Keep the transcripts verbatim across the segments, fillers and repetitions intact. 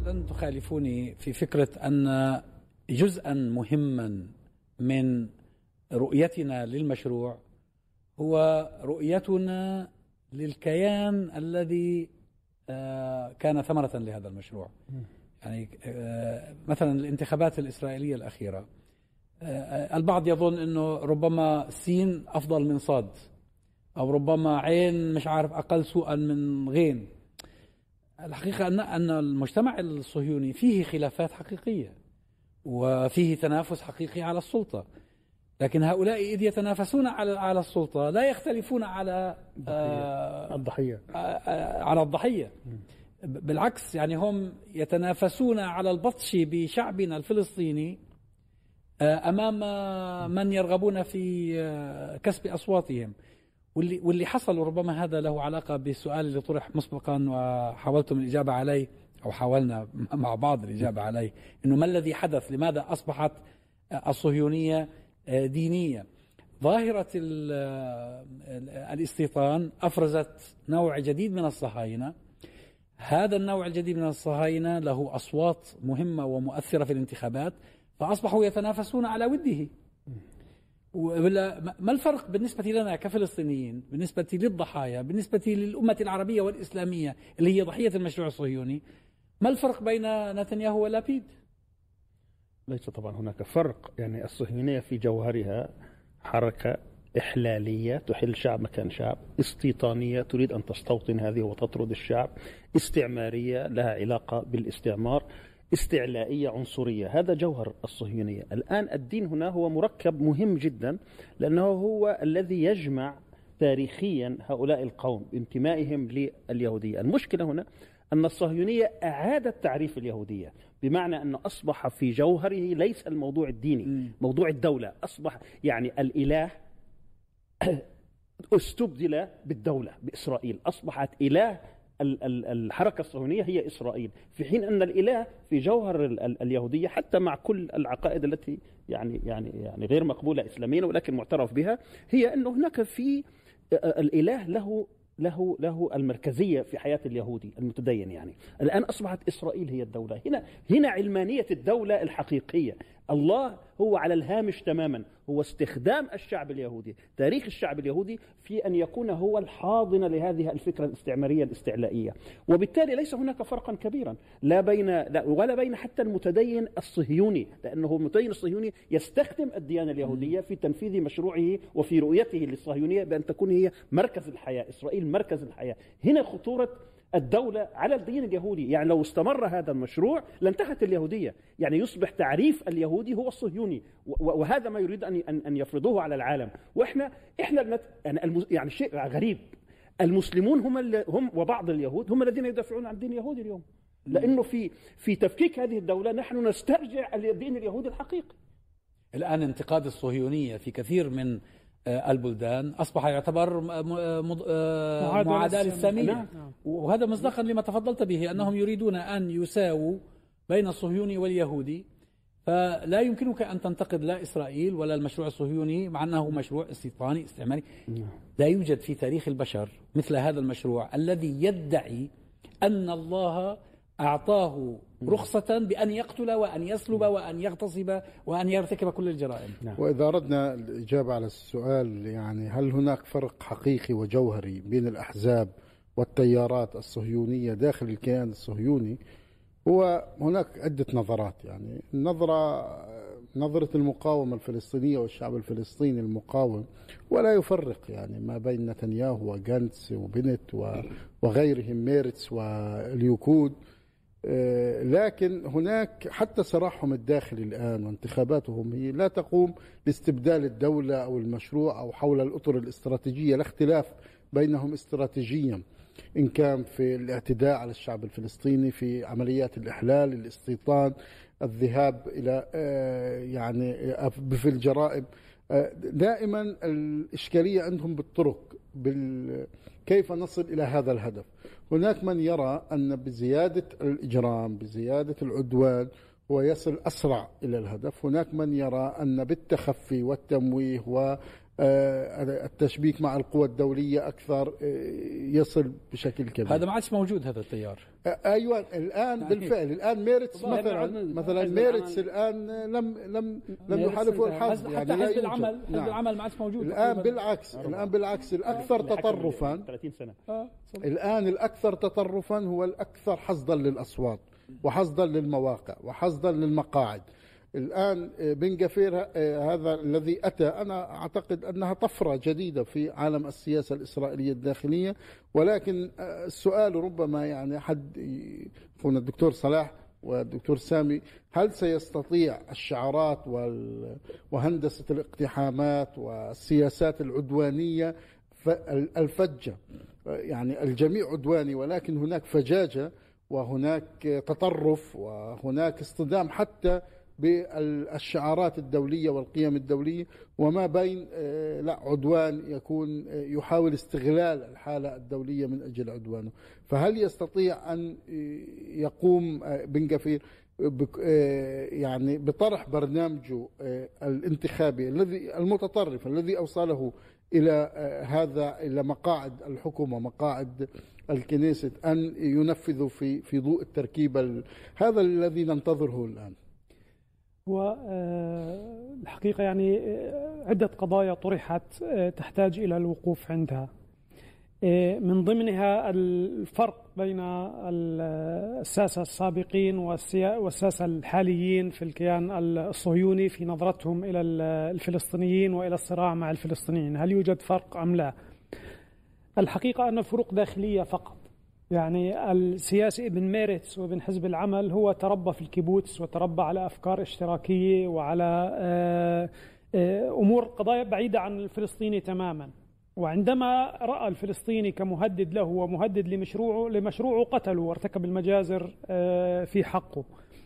لن تخالفوني في فكرة أن جزءا مهما من رؤيتنا للمشروع هو رؤيتنا للكيان الذي كان ثمرة لهذا المشروع. يعني مثلا الانتخابات الإسرائيلية الأخيرة، البعض يظن أنه ربما سين أفضل من صاد، أو ربما عين مش عارف أقل سوءا من غين. الحقيقة أن أن المجتمع الصهيوني فيه خلافات حقيقية وفيه تنافس حقيقي على السلطة، لكن هؤلاء إذ يتنافسون على على السلطة لا يختلفون على آه الضحية آه على الضحية. بالعكس، يعني هم يتنافسون على البطش بشعبنا الفلسطيني آه أمام من يرغبون في آه كسب أصواتهم. واللي واللي حصل، ربما هذا له علاقة بالسؤال اللي طرح مسبقا وحاولتم الإجابة عليه، أو حاولنا مع بعض الإجابة عليه، إنه ما الذي حدث؟ لماذا أصبحت الصهيونية دينية؟ ظاهرة الاستيطان أفرزت نوع جديد من الصهاينة. هذا النوع الجديد من الصهاينة له أصوات مهمة ومؤثرة في الانتخابات، فأصبحوا يتنافسون على وده. ما الفرق بالنسبة لنا كفلسطينيين، بالنسبة للضحايا، بالنسبة للأمة العربية والإسلامية اللي هي ضحية المشروع الصهيوني؟ ما الفرق بين نتنياهو ولابيد؟ ليس طبعا هناك فرق. يعني الصهيونية في جوهرها حركة إحلالية تحل شعب مكان شعب، استيطانية تريد أن تستوطن هذه وتطرد الشعب، استعمارية لها علاقة بالاستعمار، استعلائية عنصرية. هذا جوهر الصهيونية. الآن الدين هنا هو مركب مهم جدا، لأنه هو الذي يجمع تاريخيا هؤلاء القوم بانتمائهم لليهودية. المشكلة هنا أن الصهيونية أعادت تعريف اليهودية، بمعنى أنه أصبح في جوهره ليس الموضوع الديني، موضوع الدولة. أصبح يعني الإله استبدل بالدولة بإسرائيل، أصبحت إله الحركة الصهيونية هي إسرائيل، في حين أن الإله في جوهر اليهودية حتى مع كل العقائد التي يعني يعني يعني غير مقبولة إسلاميا ولكن معترف بها، هي أنه هناك في الإله له له له المركزية في حياة اليهودي المتدين. يعني الآن أصبحت إسرائيل هي الدولة. هنا هنا علمانية الدولة الحقيقية. الله هو على الهامش تماما، هو استخدام الشعب اليهودي، تاريخ الشعب اليهودي في أن يكون هو الحاضن لهذه الفكرة الاستعمارية الاستعلائية. وبالتالي ليس هناك فرقا كبيرا لا بين لا ولا بين حتى المتدين الصهيوني، لأنه المتدين الصهيوني يستخدم الديانة اليهودية في تنفيذ مشروعه وفي رؤيته للصهيونية بأن تكون هي مركز الحياة، إسرائيل مركز الحياة. هنا خطورة الدولة على الدين اليهودي. يعني لو استمر هذا المشروع لانتهت اليهودية، يعني يصبح تعريف اليهودي هو الصهيوني، وهذا ما يريد أن أن يفرضوه على العالم. وإحنا إحنا يعني يعني شيء غريب، المسلمون هم هم وبعض اليهود هم الذين يدافعون عن الدين اليهودي اليوم، لأنه في في تفكيك هذه الدولة نحن نسترجع الدين اليهودي الحقيقي. الآن انتقاد الصهيونية في كثير من البلدان أصبح يعتبر معاداة للسامية، وهذا مصداقا لما تفضلت به، أنهم يريدون أن يساووا بين الصهيوني واليهودي. فلا يمكنك أن تنتقد لا إسرائيل ولا المشروع الصهيوني مع أنه مشروع استيطاني استعماري. لا يوجد في تاريخ البشر مثل هذا المشروع الذي يدعي أن الله أعطاه رخصة بأن يقتل وأن يسلب وأن يغتصب وأن يرتكب كل الجرائم. وإذا أردنا الإجابة على السؤال، يعني هل هناك فرق حقيقي وجوهري بين الأحزاب والتيارات الصهيونية داخل الكيان الصهيوني؟ هو هناك عدة نظرات. يعني النظرة نظرة المقاومة الفلسطينية والشعب الفلسطيني المقاوم، ولا يفرق يعني ما بين نتنياهو وغانتس وبنت وغيرهم، ميرتس واليوكود. لكن هناك حتى صراحهم الداخلي الآن وانتخاباتهم هي لا تقوم لاستبدال الدولة أو المشروع أو حول الأطر الاستراتيجية، لا اختلاف بينهم استراتيجيا، إن كان في الاعتداء على الشعب الفلسطيني، في عمليات الإحلال، الاستيطان، الذهاب إلى يعني في الجرائم. دائما الإشكالية عندهم بالطرق، بال كيف نصل إلى هذا الهدف. هناك من يرى أن بزيادة الإجرام، بزيادة العدوان، هو يصل أسرع إلى الهدف. هناك من يرى أن بالتخفي والتمويه التشبيك مع القوى الدولية أكثر يصل بشكل كبير. هذا ما عادش موجود هذا التيار. أيوة الآن بالفعل الآن ميرتس مثلا مثلا ميرتس الآن لم لم لم يحالفوا الحزب، يعني حتى حزب العمل حزب العمل ما عادش موجود الآن. بالعكس الآن بالعكس الأكثر تطرفا ثلاثين سنة الآن الأكثر تطرفا هو الأكثر حصدا للأصوات وحصدا للمواقع وحصدا للمقاعد. الآن بن غفير هذا الذي أتى، أنا أعتقد أنها طفرة جديدة في عالم السياسة الإسرائيلية الداخلية، ولكن السؤال ربما يعني حد يكون الدكتور صلاح والدكتور سامي، هل سيستطيع الشعارات وهندسة الاقتحامات والسياسات العدوانية الفجة، يعني الجميع عدواني ولكن هناك فجاجة وهناك تطرف وهناك اصطدام حتى بالشعارات الدولية والقيم الدولية، وما بين لا عدوان يكون يحاول استغلال الحالة الدولية من أجل عدوانه. فهل يستطيع أن يقوم بن غفير يعني بطرح برنامجه الانتخابي الذي المتطرف الذي أوصله إلى هذا إلى مقاعد الحكومة مقاعد الكنيسة أن ينفذوا في في ضوء التركيب هذا الذي ننتظره الآن؟ والحقيقة يعني عدة قضايا طرحت تحتاج إلى الوقوف عندها، من ضمنها الفرق بين الساسة السابقين والساسة الحاليين في الكيان الصهيوني في نظرتهم إلى الفلسطينيين وإلى الصراع مع الفلسطينيين. هل يوجد فرق أم لا؟ الحقيقة أن الفروق داخلية فقط. يعني السياسي ابن ميرتس وابن حزب العمل هو تربى في الكيبوتس وتربى على أفكار اشتراكية وعلى أمور قضايا بعيدة عن الفلسطيني تماما، وعندما رأى الفلسطيني كمهدد له ومهدد لمشروعه لمشروعه قتله وارتكب المجازر في حقه.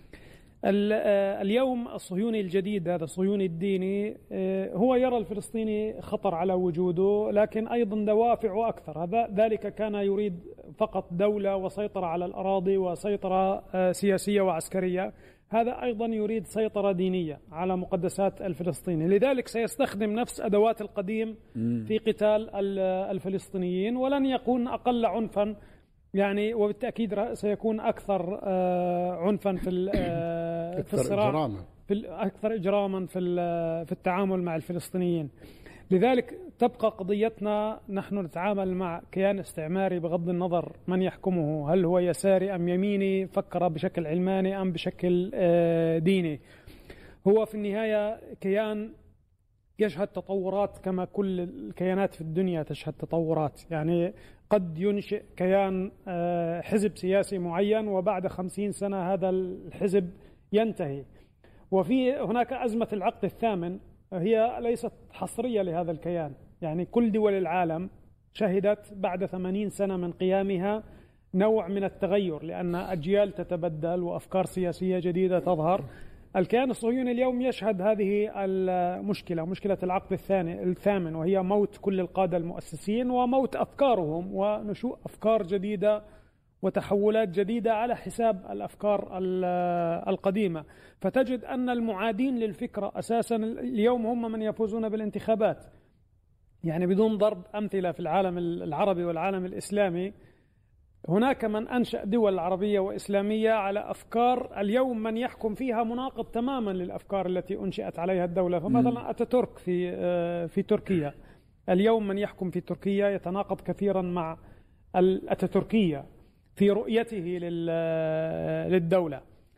اليوم الصهيوني الجديد هذا الصهيوني الديني هو يرى الفلسطيني خطر على وجوده، لكن أيضا دوافعه أكثر. هذا ذلك كان يريد فقط دولة وسيطرة على الأراضي وسيطرة سياسية وعسكرية، هذا أيضا يريد سيطرة دينية على مقدسات الفلسطيني، لذلك سيستخدم نفس أدوات القديم في قتال الفلسطينيين ولن يكون أقل عنفا، يعني وبالتأكيد سيكون أكثر عنفا في في الصراع، في أكثر إجراما في في التعامل مع الفلسطينيين. لذلك تبقى قضيتنا نحن نتعامل مع كيان استعماري بغض النظر من يحكمه، هل هو يساري أم يميني، فكر بشكل علماني أم بشكل ديني. هو في النهاية كيان يشهد تطورات كما كل الكيانات في الدنيا تشهد تطورات. يعني قد ينشئ كيان حزب سياسي معين وبعد خمسين سنة هذا الحزب ينتهي. وفي هناك أزمة العقد الثامن هي ليست حصرية لهذا الكيان، يعني كل دول العالم شهدت بعد ثمانين سنة من قيامها نوع من التغير، لأن أجيال تتبدل وأفكار سياسية جديدة تظهر. الكيان الصهيوني اليوم يشهد هذه المشكلة، مشكلة العقد الثاني الثامن، وهي موت كل القادة المؤسسين وموت أفكارهم ونشوء أفكار جديدة وتحولات جديدة على حساب الأفكار القديمة. فتجد أن المعادين للفكرة أساسا اليوم هم من يفوزون بالانتخابات. يعني بدون ضرب أمثلة في العالم العربي والعالم الإسلامي، هناك من أنشأ دول عربية وإسلامية على أفكار اليوم من يحكم فيها مناقض تماما للأفكار التي أنشئت عليها الدولة. فمثلا أتاتورك في في تركيا، اليوم من يحكم في تركيا يتناقض كثيرا مع الأتاتوركية في رؤيته للدولة.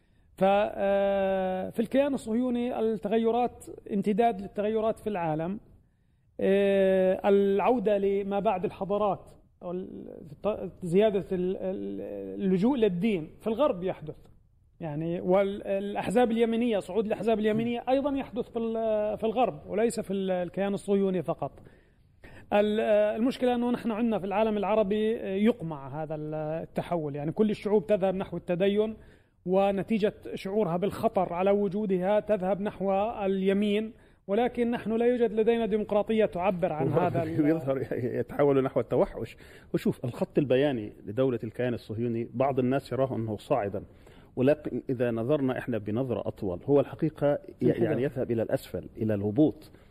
ففي الكيان الصهيوني التغيرات امتداد للتغيرات في العالم، العودة لما بعد الحضارات، زيادة اللجوء للدين في الغرب يحدث، يعني والأحزاب اليمينية، صعود الأحزاب اليمينية أيضا يحدث في الغرب وليس في الكيان الصهيوني فقط. المشكلة أنه نحن عندنا في العالم العربي يقمع هذا التحول، يعني كل الشعوب تذهب نحو التدين ونتيجة شعورها بالخطر على وجودها تذهب نحو اليمين، ولكن نحن لا يوجد لدينا ديمقراطية تعبر عن هذا. يظهر يتحول نحو التوحش. وشوف الخط البياني لدولة الكيان الصهيوني بعض الناس يراه أنه صاعدا، ولكن إذا نظرنا إحنا بنظرة أطول هو الحقيقة يعني يذهب إلى الأسفل إلى الهبوط.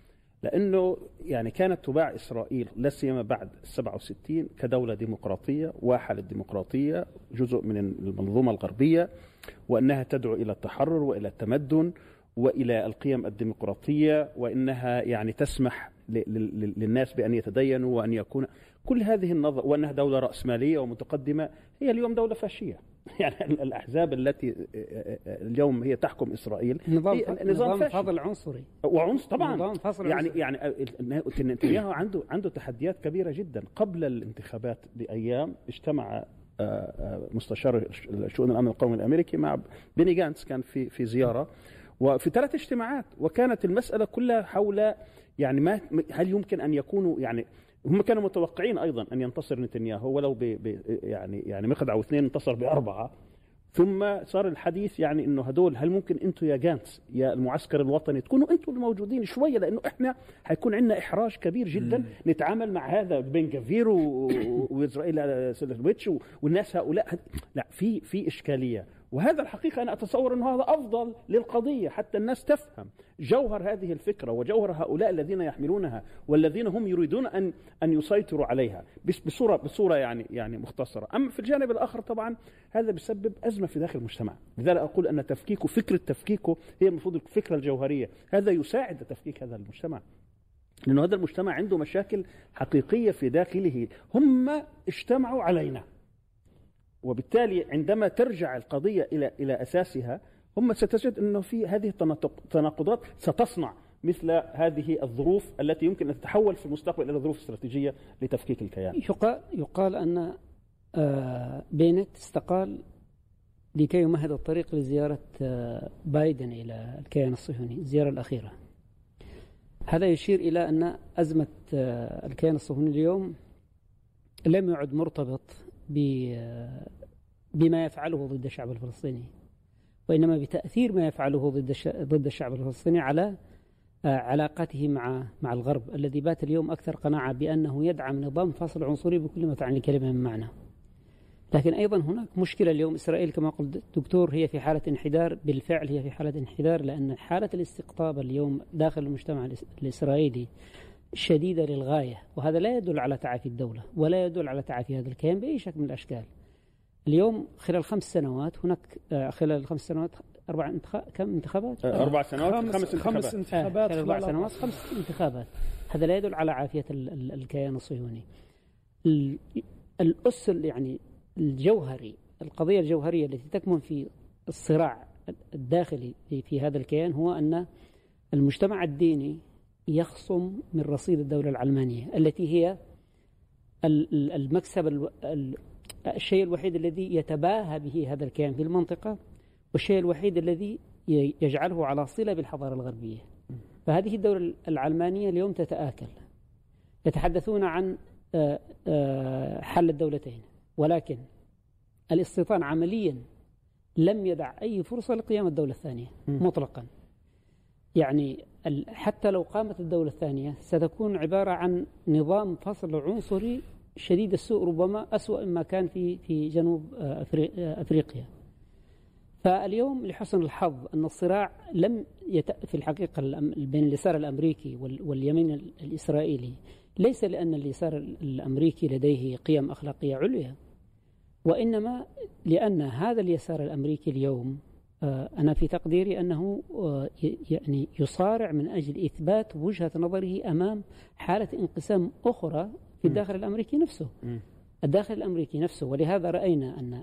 لأنه يعني كانت تباع إسرائيل لا سيما بعد سبعة وستين كدولة ديمقراطية واحة للديمقراطية، جزء من المنظومة الغربية، وأنها تدعو إلى التحرر وإلى التمدن وإلى القيم الديمقراطية، وإنها يعني تسمح للناس بأن يتدينوا وأن يكون كل هذه النظر، وأنها دولة رأسمالية ومتقدمة. هي اليوم دولة فاشية. يعني الأحزاب التي اليوم هي تحكم إسرائيل نظام هي نظام فاضل عنصري وعنصر طبعا. يعني عنصري. يعني نتنياهو عنده عنده تحديات كبيرة جدا. قبل الانتخابات بأيام اجتمع مستشار شؤون الأمن القومي الأمريكي مع بيني جانتس، كان في في زيارة وفي ثلاث اجتماعات، وكانت المسألة كلها حول يعني ما هل يمكن أن يكونوا، يعني هم كانوا متوقعين أيضا أن ينتصر نتنياهو ولو ب يعني يعني مقدع واثنين، انتصر بأربعة. ثم صار الحديث يعني إنه هدول هل ممكن أنتم يا جانتس يا المعسكر الوطني تكونوا أنتم الموجودين شوية، لأنه إحنا حيكون عندنا إحراج كبير جدا م. نتعامل مع هذا بن غفير وإسرائيل سلوفيتش والناس هؤلاء. لا، في في إشكالية، وهذا الحقيقة أنا أتصور أنه هذا أفضل للقضية حتى الناس تفهم جوهر هذه الفكرة وجوهر هؤلاء الذين يحملونها والذين هم يريدون أن أن يسيطروا عليها بصورة بصورة يعني يعني مختصرة. أما في الجانب الآخر طبعا هذا بيسبب أزمة في داخل المجتمع. لذلك أقول أن تفكيكه، فكرة تفكيكه هي المفروض الفكرة الجوهرية. هذا يساعد تفكيك هذا المجتمع، لأنه هذا المجتمع عنده مشاكل حقيقية في داخله، هم اجتمعوا علينا. وبالتالي عندما ترجع القضية إلى إلى أساسها، هم ستجد أنه في هذه التناقضات ستصنع مثل هذه الظروف التي يمكن أن تتحول في المستقبل إلى ظروف استراتيجية لتفكيك الكيان. يقال, يقال أن بينت استقال لكي يمهد الطريق لزيارة بايدن إلى الكيان الصهيوني، الزيارة الأخيرة. هذا يشير إلى أن أزمة الكيان الصهيوني اليوم لم يعد مرتبط بما يفعله ضد الشعب الفلسطيني، وإنما بتأثير ما يفعله ضد ضد الشعب الفلسطيني على علاقته مع مع الغرب، الذي بات اليوم أكثر قناعة بأنه يدعم نظام فاصل عنصري بكل ما تعني الكلمة من معنى. لكن أيضا هناك مشكلة اليوم. إسرائيل كما قلت دكتور هي في حالة انحدار، بالفعل هي في حالة انحدار، لأن حالة الاستقطاب اليوم داخل المجتمع الإسرائيلي شديدة للغاية، وهذا لا يدل على تعافي الدولة ولا يدل على تعافي هذا الكيان بأي شكل من الأشكال. اليوم خلال خمس سنوات هناك خلال الخمس سنوات أربع انتخاب كم انتخابات؟ أربع سنوات خمس, خمس انتخابات, خمس انتخابات خلال أربع سنوات خمس انتخابات. هذا لا يدل على عافية ال ال الكيان الصهيوني. الأس يعني الجوهري، القضية الجوهرية التي تكمن في الصراع الداخلي في هذا الكيان هو أن المجتمع الديني يخصم من رصيد الدولة العلمانية التي هي المكسب، الشيء الوحيد الذي يتباهى به هذا الكيان في المنطقة، والشيء الوحيد الذي يجعله على صلة بالحضارة الغربية. فهذه الدولة العلمانية اليوم تتآكل. يتحدثون عن حل الدولتين، ولكن الاستيطان عمليا لم يدع أي فرصة لقيام الدولة الثانية مطلقا. يعني حتى لو قامت الدولة الثانية ستكون عبارة عن نظام فصل عنصري شديد السوء، ربما أسوأ مما كان في في جنوب أفريقيا. فاليوم لحسن الحظ أن الصراع لم يت... في الحقيقة بين اليسار الأمريكي واليمين الإسرائيلي ليس لأن اليسار الأمريكي لديه قيم أخلاقية عليا، وإنما لأن هذا اليسار الأمريكي اليوم أنا في تقديري أنه يعني يصارع من أجل إثبات وجهة نظره أمام حالة انقسام أخرى في الداخل الأمريكي نفسه الداخل الأمريكي نفسه. ولهذا رأينا أن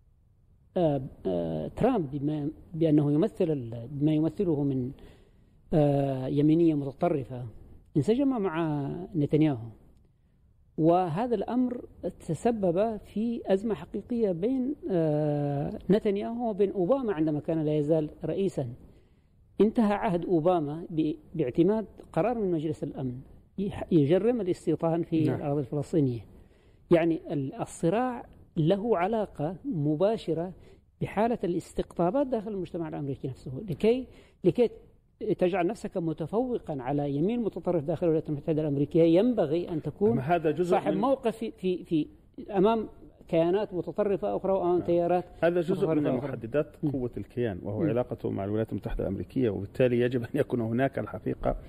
ترامب بما بأنه يمثل بما يمثله من يمينية متطرفة انسجم مع نتنياهو، وهذا الأمر تسبب في أزمة حقيقية بين نتنياهو وبين أوباما عندما كان لا يزال رئيسا. انتهى عهد أوباما باعتماد قرار من مجلس الأمن يجرم الاستيطان في نعم. الأراضي الفلسطينية. يعني الصراع له علاقة مباشرة بحالة الاستقطابات داخل المجتمع الأمريكي نفسه. لكي لكي تجعل نفسك متفوقا على يمين متطرف داخل الولايات المتحدة الأمريكية ينبغي أن تكون هذا جزء صاحب موقف في, في, في أمام كيانات متطرفة أخرى وأمام تيارات. هذا جزء من محددات قوة الكيان، وهو م. علاقته مع الولايات المتحدة الأمريكية، وبالتالي يجب أن يكون هناك الحقيقة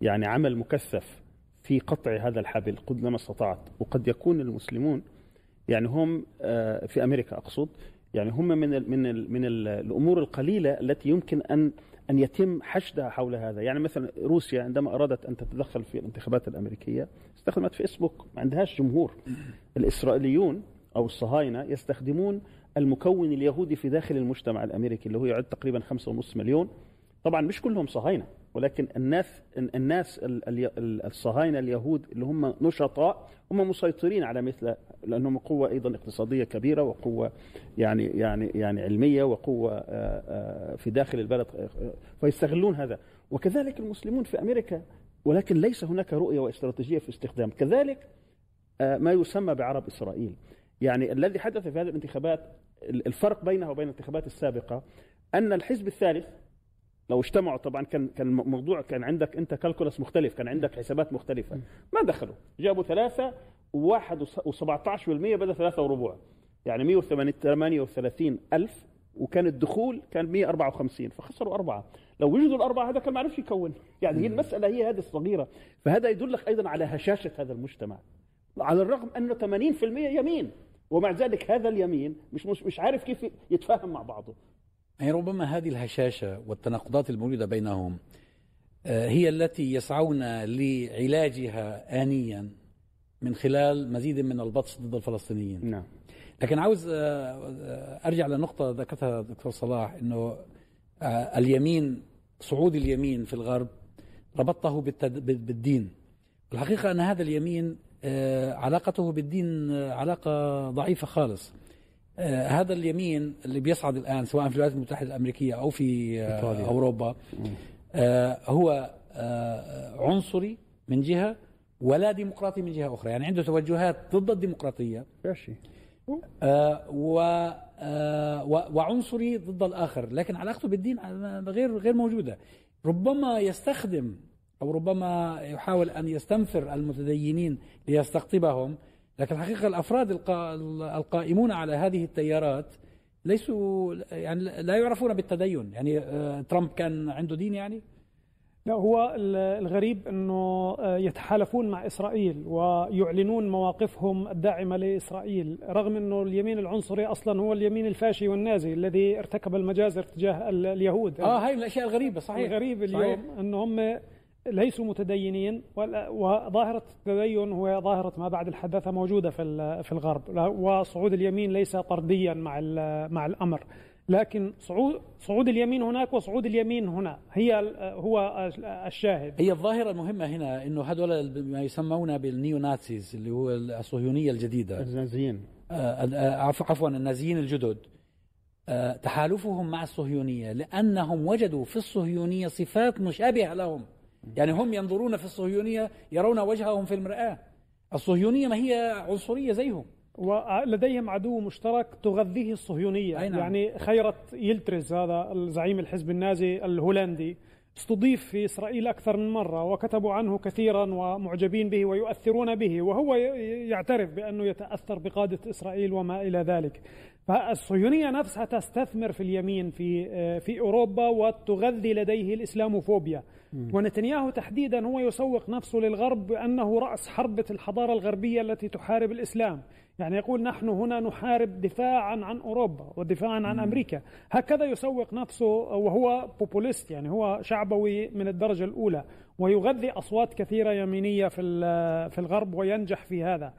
يعني عمل مكثف في قطع هذا الحبل قد ما استطعت. وقد يكون المسلمون يعني هم في أمريكا أقصد يعني هم من ال من ال من ال الأمور القليلة التي يمكن أن أن يتم حشدها حول هذا. يعني مثلا روسيا عندما أرادت أن تتدخل في الانتخابات الأمريكية استخدمت فيسبوك، ما عندهاش جمهور. الإسرائيليون أو الصهاينة يستخدمون المكون اليهودي في داخل المجتمع الأمريكي اللي هو يعد تقريبا خمسة ونصف مليون. طبعا مش كلهم صهاينة، ولكن الناس الناس الصهاينة اليهود اللي هم نشطاء هم مسيطرين على مثل، لأنهم قوة أيضا اقتصادية كبيرة وقوة يعني يعني يعني علمية وقوة في داخل البلد، فيستغلون هذا. وكذلك المسلمون في أمريكا، ولكن ليس هناك رؤية واستراتيجية في استخدام. كذلك ما يسمى بعرب إسرائيل، يعني الذي حدث في هذه الانتخابات، الفرق بينها وبين الانتخابات السابقة أن الحزب الثالث لو اجتمعوا طبعا كان كان الموضوع كان عندك انت كالكولس مختلف، كان عندك حسابات مختلفه، ما دخلوا جابوا ثلاثة وواحد وسبعة عشر بالمئة بدل ثلاثة وربع، يعني مئة وثمانية وثلاثين ألف، وكان الدخول كان مئة وأربعة وخمسين، فخسروا أربعة. لو وجدوا الأربعة هذا كان ما عرفش يكون. يعني هي المسألة هي هذه الصغيرة. فهذا يدلك أيضا على هشاشة هذا المجتمع، على الرغم أنه ثمانين بالمئة يمين، ومع ذلك هذا اليمين مش مش عارف كيف يتفاهم مع بعضه. يعني ربما هذه الهشاشة والتناقضات الموجودة بينهم هي التي يسعون لعلاجها آنيا من خلال مزيد من البطش ضد الفلسطينيين. نعم. لكن عاوز أرجع لنقطة ذكرتها دكتور صلاح، أنه اليمين، صعود اليمين في الغرب ربطه بالدين. الحقيقة أن هذا اليمين علاقته بالدين علاقة ضعيفة خالص. آه هذا اليمين اللي بيصعد الآن سواء في الولايات المتحدة الأمريكية أو في آه أوروبا آه هو آه عنصري من جهة ولا ديمقراطي من جهة أخرى، يعني عنده توجهات ضد الديمقراطية آه و آه وعنصري ضد الآخر، لكن علاقته بالدين غير غير موجودة. ربما يستخدم أو ربما يحاول أن يستنفر المتدينين ليستقطبهم، لكن الحقيقة الأفراد القائمون على هذه التيارات ليسوا يعني لا يعرفون بالتدين. يعني ترامب كان عنده دين يعني؟ لا، هو الغريب أنه يتحالفون مع إسرائيل ويعلنون مواقفهم الداعمة لإسرائيل، رغم أنه اليمين العنصري أصلا هو اليمين الفاشي والنازي الذي ارتكب المجازر تجاه اليهود. آه هاي الأشياء الغريبة. صحيح. الغريب اليوم أنهم ليسوا متدينين، وظاهرة التدين هو ظاهرة ما بعد الحداثة موجودة في في الغرب، وصعود اليمين ليس طرديا مع مع الأمر، لكن صعود صعود اليمين هناك وصعود اليمين هنا هي هو الشاهد. هي الظاهرة المهمة هنا إنه هذول ما يسمون بالنيو نازيز اللي هو الصهيونية الجديدة، النازيين عفوا النازيين الجدد، تحالفهم مع الصهيونية لأنهم وجدوا في الصهيونية صفات مشابهة لهم. يعني هم ينظرون في الصهيونية يرون وجههم في المرآة. الصهيونية ما هي عنصرية زيهم، ولديهم عدو مشترك تغذيه الصهيونية. أينا. يعني خيرت يلترز هذا الزعيم الحزب النازي الهولندي استضيف في إسرائيل أكثر من مرة، وكتبوا عنه كثيرا ومعجبين به ويؤثرون به، وهو يعترف بأنه يتأثر بقادة إسرائيل وما إلى ذلك. فالصهيونية نفسها تستثمر في اليمين في في أوروبا وتغذي لديه الإسلاموفوبيا. ونتنياهو تحديدا هو يسوق نفسه للغرب بأنه رأس حربة الحضارة الغربية التي تحارب الإسلام. يعني يقول نحن هنا نحارب دفاعا عن أوروبا ودفاعا عن أمريكا، هكذا يسوق نفسه، وهو بوبوليست، يعني هو شعبوي من الدرجة الأولى، ويغذي أصوات كثيرة يمينية في في الغرب وينجح في هذا.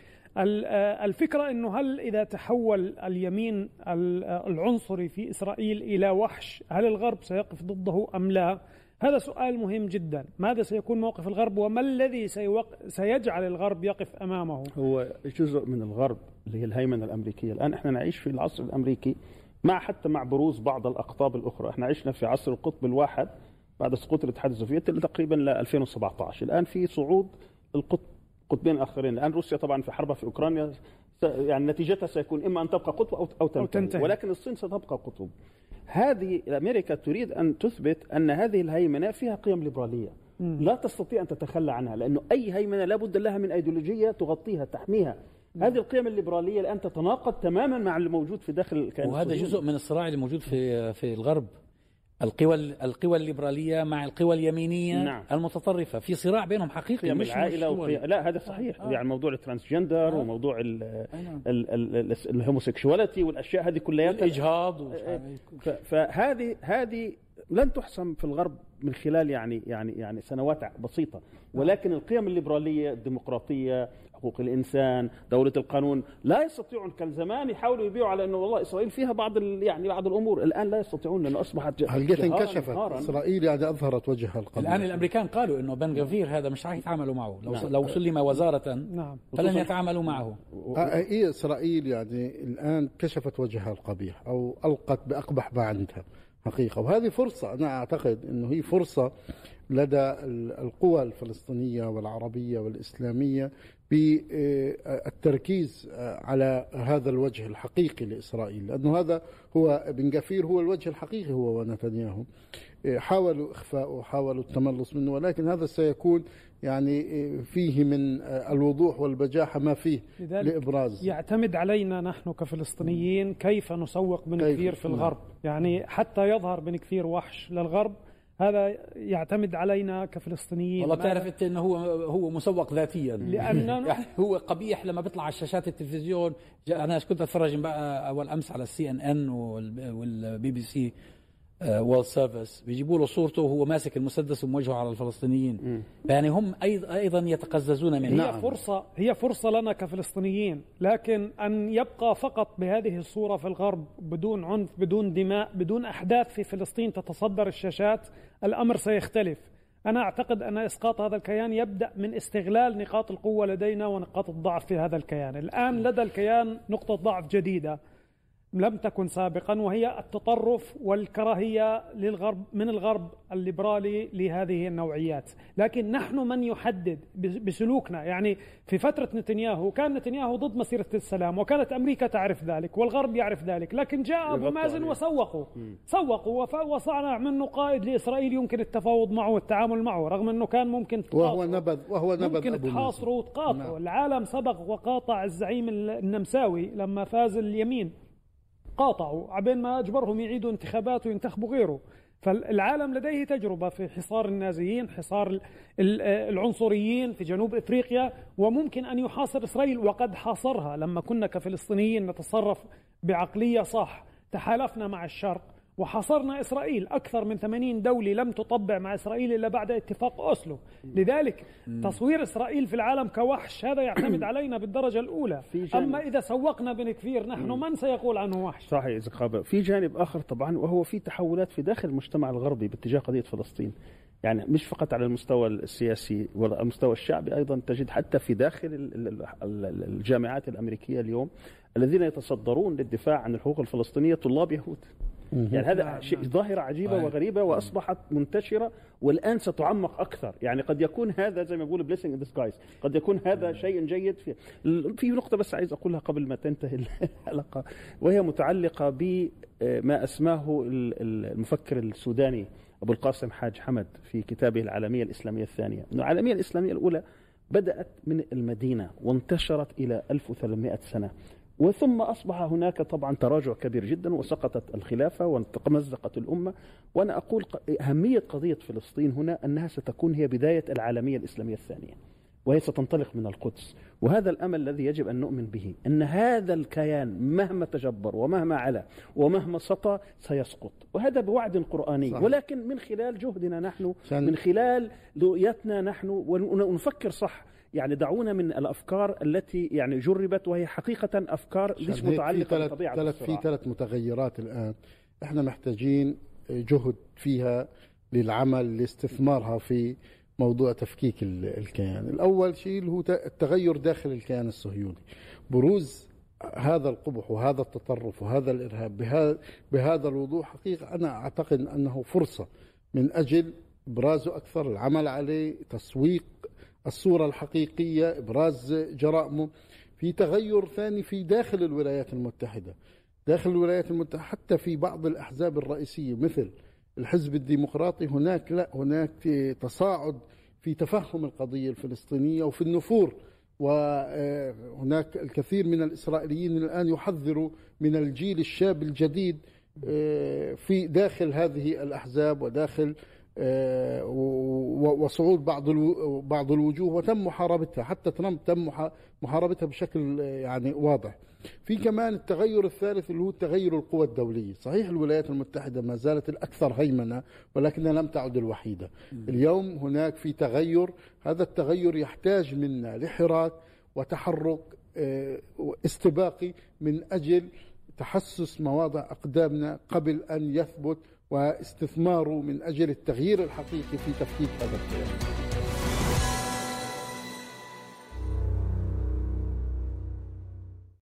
الفكرة أنه هل إذا تحول اليمين العنصري في إسرائيل إلى وحش هل الغرب سيقف ضده أم لا؟ هذا سؤال مهم جدا. ماذا سيكون موقف الغرب وما الذي سيوق... سيجعل الغرب يقف أمامه؟ هو جزء من الغرب اللي هي الهيمنة الأمريكية. الآن احنا نعيش في العصر الأمريكي مع حتى مع بروز بعض الأقطاب الأخرى. احنا عشنا في عصر القطب الواحد بعد سقوط الاتحاد السوفيتي تقريبا ل ألفين وسبعة عشر. الآن في صعود القطب قطبين آخرين. الآن روسيا طبعا في حربها في أوكرانيا يعني نتيجتها سيكون إما أن تبقى قطب أو أو تنتهي. تنتهي، ولكن الصين ستبقى قطب. هذه أمريكا تريد أن تثبت أن هذه الهيمنة فيها قيم ليبرالية لا تستطيع أن تتخلى عنها، لأنه أي هيمنة لا بد لها من أيديولوجية تغطيها تحميها. هذه القيم الليبرالية الآن تتناقض تماما مع الموجود في داخل الكيان وهذا الصهيوني. جزء من الصراع اللي موجود في في الغرب. القوى القوى الليبرالية مع القوى اليمينية نعم. المتطرفة، في صراع بينهم حقيقي، قيم مش العائلة مش وقيم... لا هذا صحيح. آه. يعني موضوع الترانسجندر آه. وموضوع ال آه. ال ال الهوموسيكشواليتي والاشياء هذه كلها، الإجهاض. ف... فهذه هذه لن تحسم في الغرب من خلال يعني يعني يعني سنوات بسيطة، ولكن القيم الليبرالية، الديمقراطية، حقوق الإنسان، دولة القانون، لا يستطيعون. كان زمان يحاولوا يبيعوا على أنه والله إسرائيل فيها بعض يعني بعض الأمور، الآن لا يستطيعون لأنه أصبحت هلقيت انكشفت إسرائيل، يعني أظهرت وجهها القبيح. الآن الأمريكان قالوا أنه بن غفير هذا مش راح يتعاملوا معه، لو نعم. لو سلم وزارة نعم. فلن يتعاملوا معه. إيه إسرائيل يعني الآن كشفت وجهها القبيح أو ألقت بأقبح ما عندها حقيقة، وهذه فرصة. أنا أعتقد أنه هي فرصة لدى القوى الفلسطينية والعربية والإسلامية بالتركيز على هذا الوجه الحقيقي لإسرائيل، لأنه هذا هو بن غفير، هو الوجه الحقيقي هو ونتنياهو. حاولوا إخفاءه، حاولوا التملص منه، ولكن هذا سيكون يعني فيه من الوضوح والبجاحة ما فيه لإبراز. يعتمد علينا نحن كفلسطينيين كيف نسوق بن غفير في الغرب، يعني حتى يظهر بن غفير وحش للغرب، هذا يعتمد علينا كفلسطينيين. والله بتعرف انت انه هو هو مسوق ذاتيا، لانه يعني هو قبيح لما بيطلع على شاشات التلفزيون. انا كنت اتفرج بقى اول امس على السي ان ان والبي بي سي وورلد سيرفيس، بيجيبوا له صورته وهو ماسك المسدس وموجهه على الفلسطينيين. يعني هم ايضا يتقززون منه. هي فرصه هي فرصه لنا كفلسطينيين، لكن ان يبقى فقط بهذه الصوره في الغرب بدون عنف، بدون دماء، بدون احداث في فلسطين تتصدر الشاشات، الامر سيختلف. انا اعتقد ان اسقاط هذا الكيان يبدا من استغلال نقاط القوه لدينا ونقاط الضعف في هذا الكيان. الان لدى الكيان نقطه ضعف جديده لم تكن سابقا، وهي التطرف والكراهية للغرب من الغرب الليبرالي لهذه النوعيات. لكن نحن من يحدد بسلوكنا. يعني في فترة نتنياهو كان نتنياهو ضد مسيرة السلام، وكانت أمريكا تعرف ذلك والغرب يعرف ذلك، لكن جاء أبو مازن وسوقوا سوقوا وصنع منه قائد لإسرائيل يمكن التفاوض معه والتعامل معه، رغم أنه كان ممكن وهو نبذ وهو نبذ ممكن تحاصره وتقاطعه. العالم سبق وقاطع الزعيم النمساوي لما فاز اليمين، قاطعوا عبين ما أجبرهم يعيدوا انتخابات وينتخبوا غيره. فالعالم لديه تجربة في حصار النازيين، حصار العنصريين في جنوب إفريقيا، وممكن أن يحاصر إسرائيل، وقد حاصرها. لما كنا كفلسطينيين نتصرف بعقلية صح، تحالفنا مع الشرق وحاصرنا إسرائيل. أكثر من ثمانين دولة لم تطبع مع إسرائيل إلا بعد اتفاق أوسلو. لذلك تصوير إسرائيل في العالم كوحش هذا يعتمد علينا بالدرجة الأولى. أما إذا سوقنا بن غفير نحن من سيقول عنه وحش؟ صحيح. في جانب آخر طبعا، وهو في تحولات في داخل المجتمع الغربي باتجاه قضية فلسطين. يعني مش فقط على المستوى السياسي ولا المستوى الشعبي، أيضا تجد حتى في داخل الجامعات الأمريكية اليوم الذين يتصدرون للدفاع عن الحقوق الفلسطينية طلاب يهود. يعني هذا شيء ظاهرة عجيبة وغريبة وأصبحت منتشرة، والآن ستعمق أكثر. يعني قد يكون هذا زي ما يقول blessing in disguise، قد يكون هذا شيء جيد. في في نقطة بس عايز أقولها قبل ما تنتهي الحلقة، وهي متعلقة بما أسماه المفكر السوداني أبو القاسم حاج حمد في كتابه العالمية الإسلامية الثانية، أن العالمية الإسلامية الأولى بدأت من المدينة وانتشرت إلى ألف وثلاثمائة سنة، وثم أصبح هناك طبعا تراجع كبير جدا، وسقطت الخلافة وتمزقت الأمة. وأنا أقول أهمية قضية فلسطين هنا أنها ستكون هي بداية العالمية الإسلامية الثانية، وهي ستنطلق من القدس. وهذا الأمل الذي يجب أن نؤمن به، أن هذا الكيان مهما تجبر ومهما علا ومهما سطى سيسقط، وهذا بوعد قرآني. صحيح. ولكن من خلال جهدنا نحن، من خلال رؤيتنا نحن، ونفكر صح. يعني دعونا من الأفكار التي يعني جربت وهي حقيقة أفكار مش متعلقة بطبيعة الصراع. في ثلاث متغيرات الآن احنا محتاجين جهد فيها للعمل لاستثمارها في موضوع تفكيك الكيان. الأول شيء اللي هو التغير داخل الكيان الصهيوني، بروز هذا القبح وهذا التطرف وهذا الإرهاب بهذا الوضوح. حقيقة أنا أعتقد أنه فرصة من أجل إبرازه أكثر، العمل عليه، تسويق الصورة الحقيقية، إبراز جرائمه. في تغير ثاني في داخل الولايات المتحدة، داخل الولايات المتحدة حتى في بعض الأحزاب الرئيسية مثل الحزب الديمقراطي، هناك لا هناك تصاعد في تفهم القضية الفلسطينية وفي النفور. وهناك الكثير من الإسرائيليين الآن يحذروا من الجيل الشاب الجديد في داخل هذه الأحزاب وداخل وصعود بعض بعض الوجوه، وتم محاربتها. حتى ترامب تم محاربتها بشكل يعني واضح. في كمان التغير الثالث اللي هو تغير القوى الدولية. صحيح الولايات المتحدة ما زالت الأكثر هيمنة، ولكنها لم تعد الوحيدة. اليوم هناك في تغير، هذا التغير يحتاج منا لحراك وتحرك استباقي من أجل تحسس مواضع أقدامنا قبل أن يثبت، واستثماره من أجل التغيير الحقيقي في تفكيك هذا الكيان.